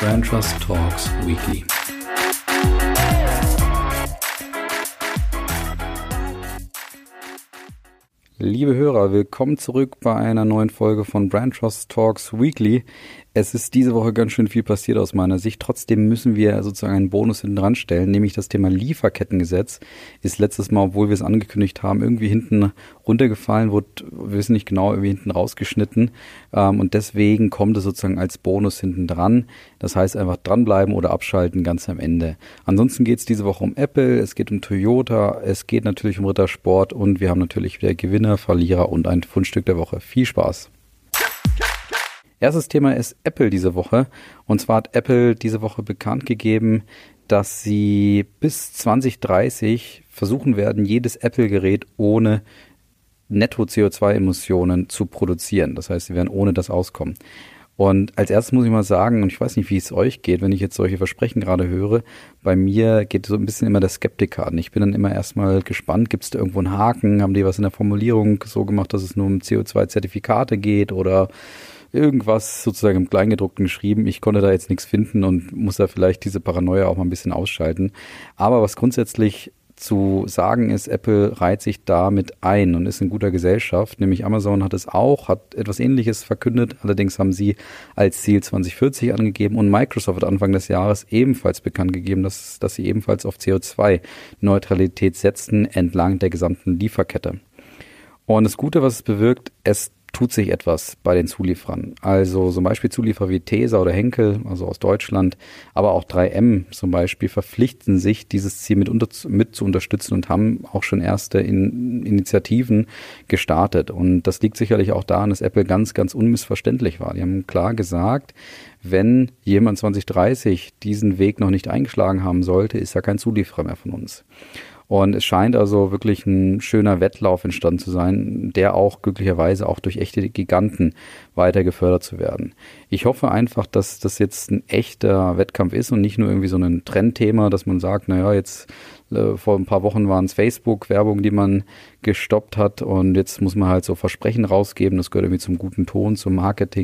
Brand Trust Talks Weekly. Liebe Hörer, willkommen zurück bei einer neuen Folge von Brand Trust Talks Weekly. Es ist diese Woche ganz schön viel passiert aus meiner Sicht. Trotzdem müssen wir sozusagen einen Bonus hinten dran stellen, nämlich das Thema Lieferkettengesetz ist letztes Mal, obwohl wir es angekündigt haben, irgendwie hinten runtergefallen, wir wissen nicht genau, irgendwie hinten rausgeschnitten und deswegen kommt es sozusagen als Bonus hinten dran. Das heißt einfach dranbleiben oder abschalten ganz am Ende. Ansonsten geht es diese Woche um Apple, es geht um Toyota, es geht natürlich um Rittersport und wir haben natürlich wieder Gewinner, Verlierer und ein Fundstück der Woche. Viel Spaß! Erstes Thema ist Apple diese Woche. Und zwar hat Apple diese Woche bekannt gegeben, dass sie bis 2030 versuchen werden, jedes Apple-Gerät ohne Netto-CO2-Emissionen zu produzieren. Das heißt, sie werden ohne das auskommen. Und als erstes muss ich mal sagen, und ich weiß nicht, wie es euch geht, wenn ich jetzt solche Versprechen gerade höre, bei mir geht so ein bisschen immer der Skeptiker an. Ich bin dann immer erstmal gespannt, gibt es da irgendwo einen Haken, haben die was in der Formulierung so gemacht, dass es nur um CO2-Zertifikate geht oder irgendwas sozusagen im Kleingedruckten geschrieben. Ich konnte da jetzt nichts finden und muss da vielleicht diese Paranoia auch mal ein bisschen ausschalten. Aber was grundsätzlich zu sagen ist, Apple reiht sich damit ein und ist in guter Gesellschaft. Nämlich Amazon hat es auch, hat etwas Ähnliches verkündet. Allerdings haben sie als Ziel 2040 angegeben und Microsoft hat Anfang des Jahres ebenfalls bekannt gegeben, dass sie ebenfalls auf CO2-Neutralität setzen entlang der gesamten Lieferkette. Und das Gute, was es bewirkt, es tut sich etwas bei den Zulieferern. Also zum Beispiel Zulieferer wie Tesa oder Henkel, also aus Deutschland, aber auch 3M zum Beispiel verpflichten sich, dieses Ziel mit zu unterstützen und haben auch schon erste Initiativen gestartet. Und das liegt sicherlich auch daran, dass Apple ganz, ganz unmissverständlich war. Die haben klar gesagt, wenn jemand 2030 diesen Weg noch nicht eingeschlagen haben sollte, ist er kein Zulieferer mehr von uns. Und es scheint also wirklich ein schöner Wettlauf entstanden zu sein, der auch glücklicherweise auch durch echte Giganten weiter gefördert zu werden. Ich hoffe einfach, dass das jetzt ein echter Wettkampf ist und nicht nur irgendwie so ein Trendthema, dass man sagt, naja, jetzt vor ein paar Wochen waren es Facebook-Werbung, die man gestoppt hat und jetzt muss man halt so Versprechen rausgeben. Das gehört irgendwie zum guten Ton, zum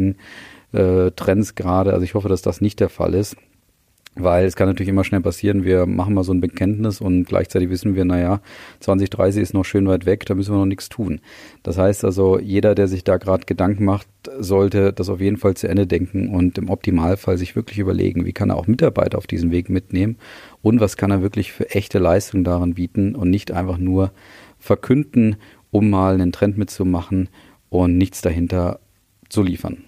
Marketing-Trends gerade. Also ich hoffe, dass das nicht der Fall ist. Weil es kann natürlich immer schnell passieren, wir machen mal so ein Bekenntnis und gleichzeitig wissen wir, naja, 2030 ist noch schön weit weg, da müssen wir noch nichts tun. Das heißt also, jeder, der sich da gerade Gedanken macht, sollte das auf jeden Fall zu Ende denken und im Optimalfall sich wirklich überlegen, wie kann er auch Mitarbeiter auf diesen Weg mitnehmen und was kann er wirklich für echte Leistung daran bieten und nicht einfach nur verkünden, um mal einen Trend mitzumachen und nichts dahinter zu liefern.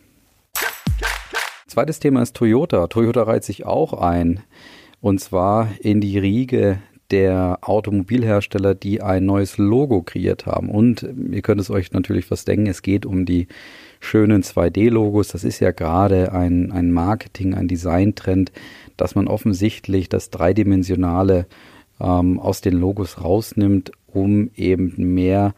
Zweites Thema ist Toyota. Toyota reiht sich auch ein, und zwar in die Riege der Automobilhersteller, die ein neues Logo kreiert haben. Und ihr könnt es euch natürlich was denken, es geht um die schönen 2D-Logos. Das ist ja gerade ein Marketing, ein Designtrend, dass man offensichtlich das Dreidimensionale aus den Logos rausnimmt, um eben mehr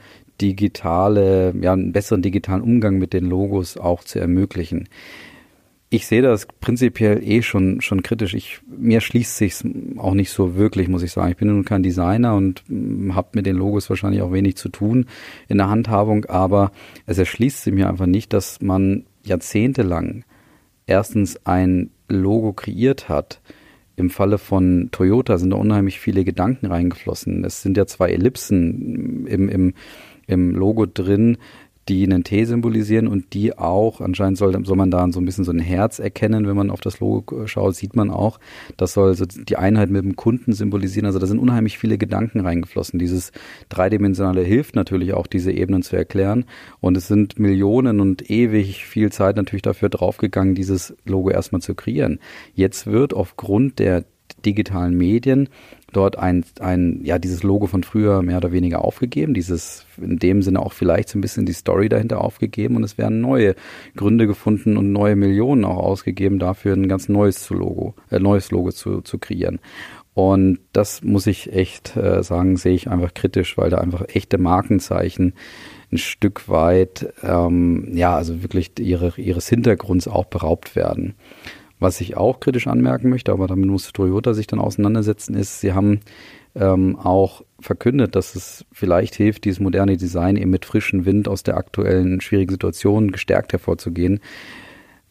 einen besseren digitalen Umgang mit den Logos auch zu ermöglichen. Ich sehe das prinzipiell schon kritisch. Mir schließt sich's auch nicht so wirklich, muss ich sagen. Ich bin nun kein Designer und habe mit den Logos wahrscheinlich auch wenig zu tun in der Handhabung, aber es erschließt sich mir einfach nicht, dass man jahrzehntelang erstens ein Logo kreiert hat. Im Falle von Toyota sind da unheimlich viele Gedanken reingeflossen. Es sind ja 2 Ellipsen im Logo drin, die einen T symbolisieren und die auch, anscheinend soll man da so ein bisschen so ein Herz erkennen, wenn man auf das Logo schaut, sieht man auch, das soll so die Einheit mit dem Kunden symbolisieren, also da sind unheimlich viele Gedanken reingeflossen. Dieses Dreidimensionale hilft natürlich auch, diese Ebenen zu erklären und es sind Millionen und ewig viel Zeit natürlich dafür draufgegangen, dieses Logo erstmal zu kreieren. Jetzt wird aufgrund der digitalen Medien dort dieses Logo von früher mehr oder weniger aufgegeben, in dem Sinne auch vielleicht so ein bisschen die Story dahinter aufgegeben und es werden neue Gründe gefunden und neue Millionen auch ausgegeben dafür, ein ganz neues Logo zu kreieren. Und das muss ich echt sagen, sehe ich einfach kritisch, weil da einfach echte Markenzeichen ein Stück weit, also wirklich ihres Hintergrunds auch beraubt werden. Was ich auch kritisch anmerken möchte, aber damit muss Toyota sich dann auseinandersetzen, ist, sie haben auch verkündet, dass es vielleicht hilft, dieses moderne Design eben mit frischem Wind aus der aktuellen schwierigen Situation gestärkt hervorzugehen.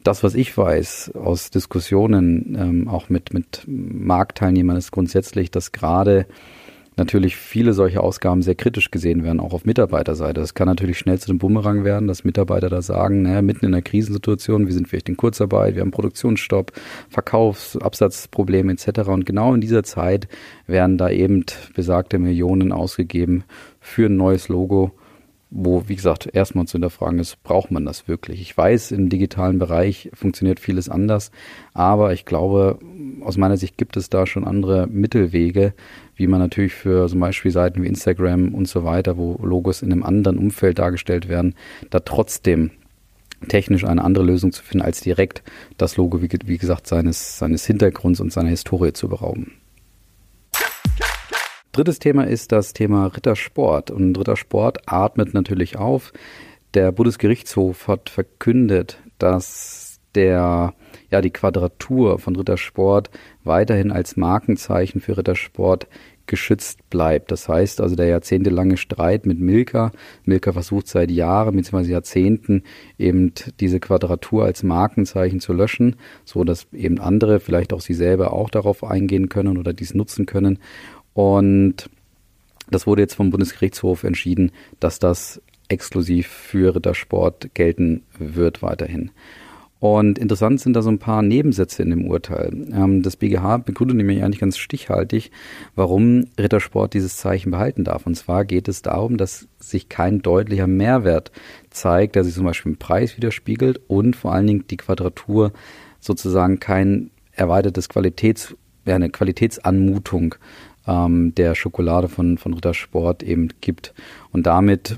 Das, was ich weiß aus Diskussionen, auch mit Marktteilnehmern, ist grundsätzlich, dass gerade natürlich viele solche Ausgaben sehr kritisch gesehen werden, auch auf Mitarbeiterseite. Das kann natürlich schnell zu einem Bumerang werden, dass Mitarbeiter da sagen, naja, mitten in einer Krisensituation, wir sind vielleicht in Kurzarbeit, wir haben Produktionsstopp, Verkaufs-, Absatzprobleme etc. Und genau in dieser Zeit werden da eben besagte Millionen ausgegeben für ein neues Logo, wo, wie gesagt, erstmal zu hinterfragen ist, braucht man das wirklich? Ich weiß, im digitalen Bereich funktioniert vieles anders, aber ich glaube, aus meiner Sicht gibt es da schon andere Mittelwege, wie man natürlich für zum Beispiel Seiten wie Instagram und so weiter, wo Logos in einem anderen Umfeld dargestellt werden, da trotzdem technisch eine andere Lösung zu finden, als direkt das Logo, wie gesagt, seines Hintergrunds und seiner Historie zu berauben. Drittes Thema ist das Thema Rittersport. Und Rittersport atmet natürlich auf. Der Bundesgerichtshof hat verkündet, dass die Quadratur von Rittersport weiterhin als Markenzeichen für Rittersport geschützt bleibt. Das heißt also, der jahrzehntelange Streit mit Milka versucht seit Jahren bzw. Jahrzehnten eben diese Quadratur als Markenzeichen zu löschen, so dass eben andere, vielleicht auch sie selber, auch darauf eingehen können oder dies nutzen können. Und das wurde jetzt vom Bundesgerichtshof entschieden, dass das exklusiv für Rittersport gelten wird weiterhin. Und interessant sind da so ein paar Nebensätze in dem Urteil. Das BGH begründet nämlich eigentlich ganz stichhaltig, warum Rittersport dieses Zeichen behalten darf. Und zwar geht es darum, dass sich kein deutlicher Mehrwert zeigt, der sich zum Beispiel im Preis widerspiegelt und vor allen Dingen die Quadratur sozusagen kein erweitertes eine Qualitätsanmutung der Schokolade von Rittersport eben gibt. Und damit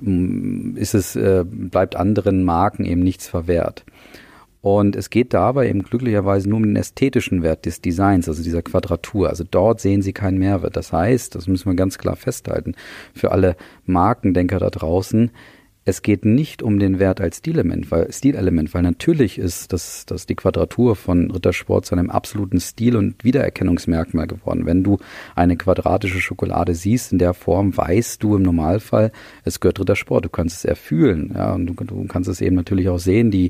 bleibt anderen Marken eben nichts verwehrt. Und es geht dabei eben glücklicherweise nur um den ästhetischen Wert des Designs, also dieser Quadratur. Also dort sehen Sie keinen Mehrwert. Das heißt, das müssen wir ganz klar festhalten, für alle Markendenker da draußen, es geht nicht um den Wert als Stilelement, weil natürlich ist dass die Quadratur von Rittersport zu einem absoluten Stil- und Wiedererkennungsmerkmal geworden. Wenn du eine quadratische Schokolade siehst in der Form, weißt du im Normalfall, es gehört Rittersport. Du kannst es erfühlen, ja, und du kannst es eben natürlich auch sehen. Die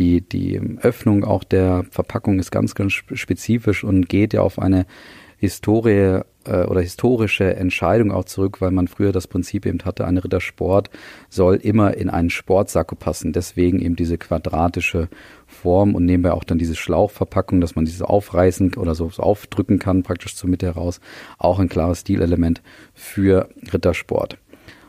Öffnung auch der Verpackung ist ganz, ganz spezifisch und geht ja auf eine historische Entscheidung auch zurück, weil man früher das Prinzip eben hatte, eine Rittersport soll immer in einen Sportsacko passen. Deswegen eben diese quadratische Form und nebenbei auch dann diese Schlauchverpackung, dass man dieses aufreißen oder so aufdrücken kann, praktisch zur Mitte heraus. Auch ein klares Stilelement für Rittersport.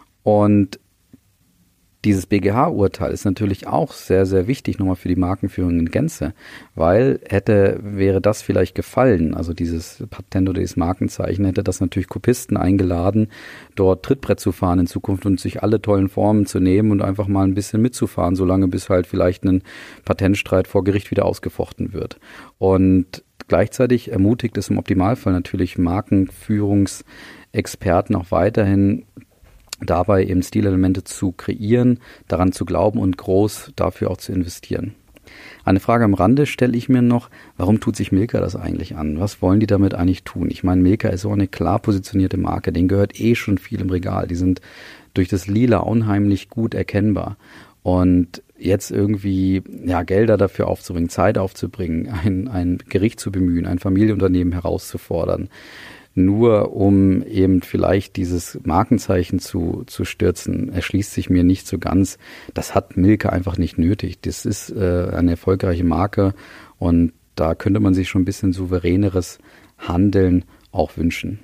Und dieses BGH-Urteil ist natürlich auch sehr, sehr wichtig nochmal für die Markenführung in Gänze, weil wäre das vielleicht gefallen, also dieses Patent oder dieses Markenzeichen, hätte das natürlich Kopisten eingeladen, dort Trittbrett zu fahren in Zukunft und sich alle tollen Formen zu nehmen und einfach mal ein bisschen mitzufahren, solange bis halt vielleicht ein Patentstreit vor Gericht wieder ausgefochten wird. Und gleichzeitig ermutigt es im Optimalfall natürlich Markenführungsexperten auch weiterhin, dabei eben Stilelemente zu kreieren, daran zu glauben und groß dafür auch zu investieren. Eine Frage am Rande stelle ich mir noch, warum tut sich Milka das eigentlich an? Was wollen die damit eigentlich tun? Ich meine, Milka ist so eine klar positionierte Marke, denen gehört schon viel im Regal. Die sind durch das Lila unheimlich gut erkennbar. Und jetzt irgendwie Gelder dafür aufzubringen, Zeit aufzubringen, ein Gericht zu bemühen, ein Familienunternehmen herauszufordern, nur um eben vielleicht dieses Markenzeichen zu stürzen, erschließt sich mir nicht so ganz. Das hat Milka einfach nicht nötig. Das ist eine erfolgreiche Marke und da könnte man sich schon ein bisschen souveräneres Handeln auch wünschen.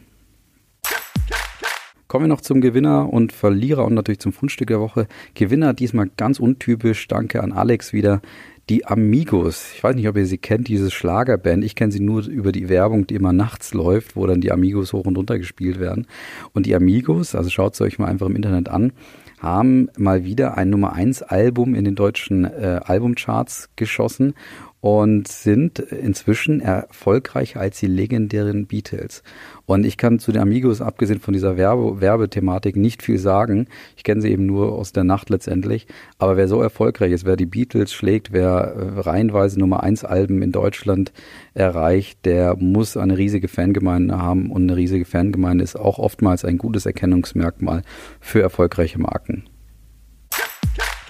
Kommen wir noch zum Gewinner und Verlierer und natürlich zum Fundstück der Woche. Gewinner diesmal ganz untypisch, danke an Alex wieder. Die Amigos, ich weiß nicht, ob ihr sie kennt, diese Schlagerband. Ich kenne sie nur über die Werbung, die immer nachts läuft, wo dann die Amigos hoch und runter gespielt werden. Und die Amigos, also schaut es euch mal einfach im Internet an, haben mal wieder ein Nummer-1-Album in den deutschen Albumcharts geschossen und sind inzwischen erfolgreicher als die legendären Beatles. Und ich kann zu den Amigos, abgesehen von dieser Werbethematik, nicht viel sagen. Ich kenne sie eben nur aus der Nacht letztendlich. Aber wer so erfolgreich ist, wer die Beatles schlägt, wer reihenweise Nummer-1-Alben in Deutschland erreicht, der muss eine riesige Fangemeinde haben. Und eine riesige Fangemeinde ist auch oftmals ein gutes Erkennungsmerkmal für erfolgreiche Marken.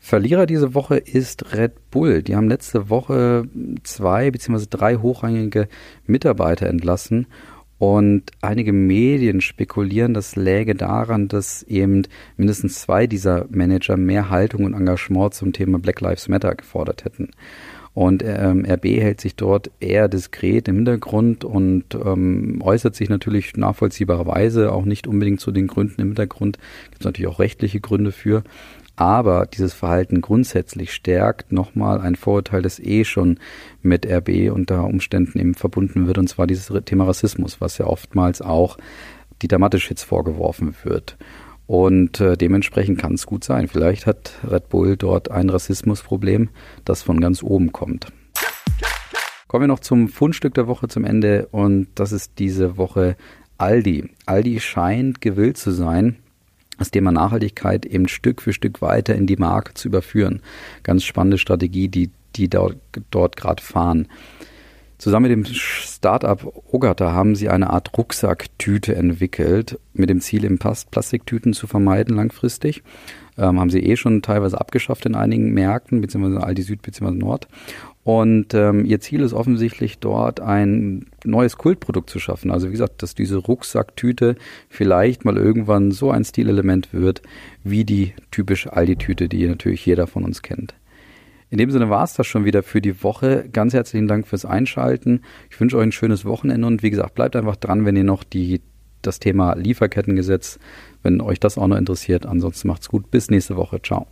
Verlierer diese Woche ist Red Bull. Die haben letzte Woche 2 bzw. 3 hochrangige Mitarbeiter entlassen. Und einige Medien spekulieren, das läge daran, dass eben mindestens 2 dieser Manager mehr Haltung und Engagement zum Thema Black Lives Matter gefordert hätten. Und RB hält sich dort eher diskret im Hintergrund und äußert sich natürlich nachvollziehbarerweise auch nicht unbedingt zu den Gründen im Hintergrund. Gibt es natürlich auch rechtliche Gründe für. Aber dieses Verhalten grundsätzlich stärkt nochmal ein Vorurteil, das schon mit RB unter Umständen eben verbunden wird, und zwar dieses Thema Rassismus, was ja oftmals auch Dieter Mateschitz vorgeworfen wird. Und dementsprechend kann es gut sein. Vielleicht hat Red Bull dort ein Rassismusproblem, das von ganz oben kommt. Kommen wir noch zum Fundstück der Woche zum Ende, und das ist diese Woche Aldi. Aldi scheint gewillt zu sein, das Thema Nachhaltigkeit eben Stück für Stück weiter in die Marke zu überführen. Ganz spannende Strategie, die dort gerade fahren. Zusammen mit dem Startup Ogata haben sie eine Art Rucksacktüte entwickelt, mit dem Ziel, eben Plastiktüten zu vermeiden langfristig. Haben sie schon teilweise abgeschafft in einigen Märkten, beziehungsweise Aldi Süd beziehungsweise Nord. Und ihr Ziel ist offensichtlich, dort ein neues Kultprodukt zu schaffen. Also wie gesagt, dass diese Rucksacktüte vielleicht mal irgendwann so ein Stilelement wird, wie die typische Aldi-Tüte, die natürlich jeder von uns kennt. In dem Sinne war es das schon wieder für die Woche. Ganz herzlichen Dank fürs Einschalten. Ich wünsche euch ein schönes Wochenende und wie gesagt, bleibt einfach dran, wenn ihr noch das Thema Lieferkettengesetz, wenn euch das auch noch interessiert. Ansonsten macht's gut. Bis nächste Woche. Ciao.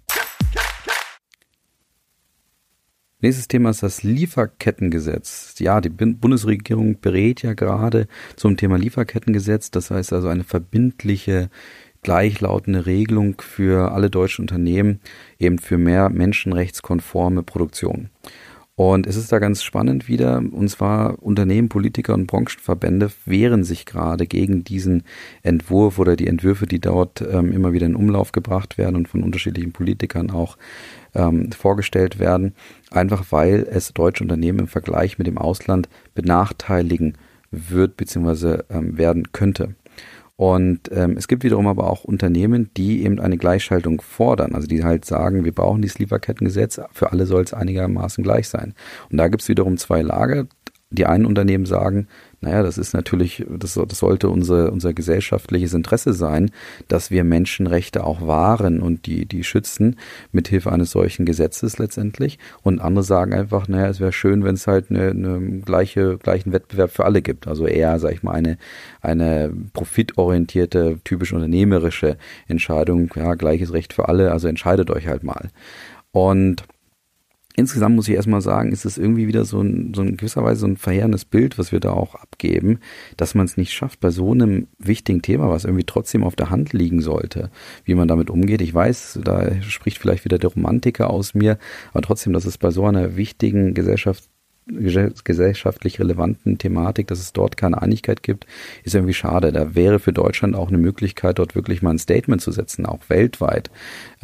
Nächstes Thema ist das Lieferkettengesetz. Ja, die Bundesregierung berät ja gerade zum Thema Lieferkettengesetz. Das heißt also eine verbindliche, gleichlautende Regelung für alle deutschen Unternehmen, eben für mehr menschenrechtskonforme Produktion. Und es ist da ganz spannend wieder, und zwar Unternehmen, Politiker und Branchenverbände wehren sich gerade gegen diesen Entwurf oder die Entwürfe, die dort immer wieder in Umlauf gebracht werden und von unterschiedlichen Politikern auch vorgestellt werden, einfach weil es deutsche Unternehmen im Vergleich mit dem Ausland benachteiligen wird bzw. werden könnte. Und es gibt wiederum aber auch Unternehmen, die eben eine Gleichschaltung fordern, also die halt sagen, wir brauchen dieses Lieferkettengesetz, für alle soll es einigermaßen gleich sein. Und da gibt es wiederum 2 Lager. Die einen Unternehmen sagen, naja, das ist natürlich, das sollte unser gesellschaftliches Interesse sein, dass wir Menschenrechte auch wahren und die schützen, mithilfe eines solchen Gesetzes letztendlich. Und andere sagen einfach, naja, es wäre schön, wenn es halt eine gleichen Wettbewerb für alle gibt. Also eher, sag ich mal, eine profitorientierte, typisch unternehmerische Entscheidung, ja, gleiches Recht für alle, also entscheidet euch halt mal. Und insgesamt muss ich erstmal sagen, ist es irgendwie wieder so in gewisser Weise so ein verheerendes Bild, was wir da auch abgeben, dass man es nicht schafft, bei so einem wichtigen Thema, was irgendwie trotzdem auf der Hand liegen sollte, wie man damit umgeht. Ich weiß, da spricht vielleicht wieder der Romantiker aus mir, aber trotzdem, dass es bei so einer wichtigen gesellschaftlich relevanten Thematik, dass es dort keine Einigkeit gibt, ist irgendwie schade. Da wäre für Deutschland auch eine Möglichkeit, dort wirklich mal ein Statement zu setzen, auch weltweit,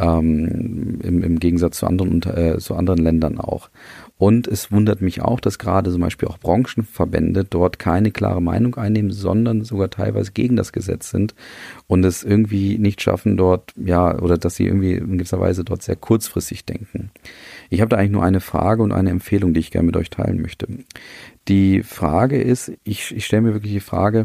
im Gegensatz zu anderen Ländern auch. Und es wundert mich auch, dass gerade zum Beispiel auch Branchenverbände dort keine klare Meinung einnehmen, sondern sogar teilweise gegen das Gesetz sind und es irgendwie nicht schaffen dort, ja, oder dass sie irgendwie in gewisser Weise dort sehr kurzfristig denken. Ich habe da eigentlich nur eine Frage und eine Empfehlung, die ich gerne mit euch teilen möchte. Die Frage ist, ich stelle mir wirklich die Frage,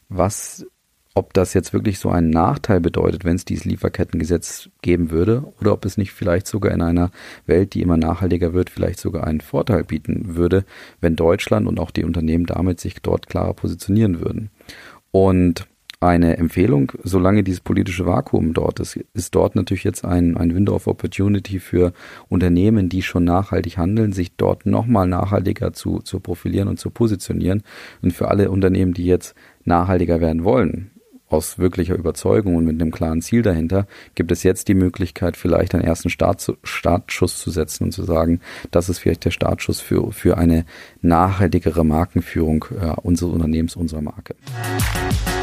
ob das jetzt wirklich so einen Nachteil bedeutet, wenn es dieses Lieferkettengesetz geben würde, oder ob es nicht vielleicht sogar in einer Welt, die immer nachhaltiger wird, vielleicht sogar einen Vorteil bieten würde, wenn Deutschland und auch die Unternehmen damit sich dort klarer positionieren würden. Und eine Empfehlung, solange dieses politische Vakuum dort ist dort natürlich jetzt ein Window of Opportunity für Unternehmen, die schon nachhaltig handeln, sich dort nochmal nachhaltiger zu profilieren und zu positionieren. Und für alle Unternehmen, die jetzt nachhaltiger werden wollen, aus wirklicher Überzeugung und mit einem klaren Ziel dahinter, gibt es jetzt die Möglichkeit, vielleicht einen ersten Startschuss zu setzen und zu sagen, das ist vielleicht der Startschuss für eine nachhaltigere Markenführung unseres Unternehmens, unserer Marke.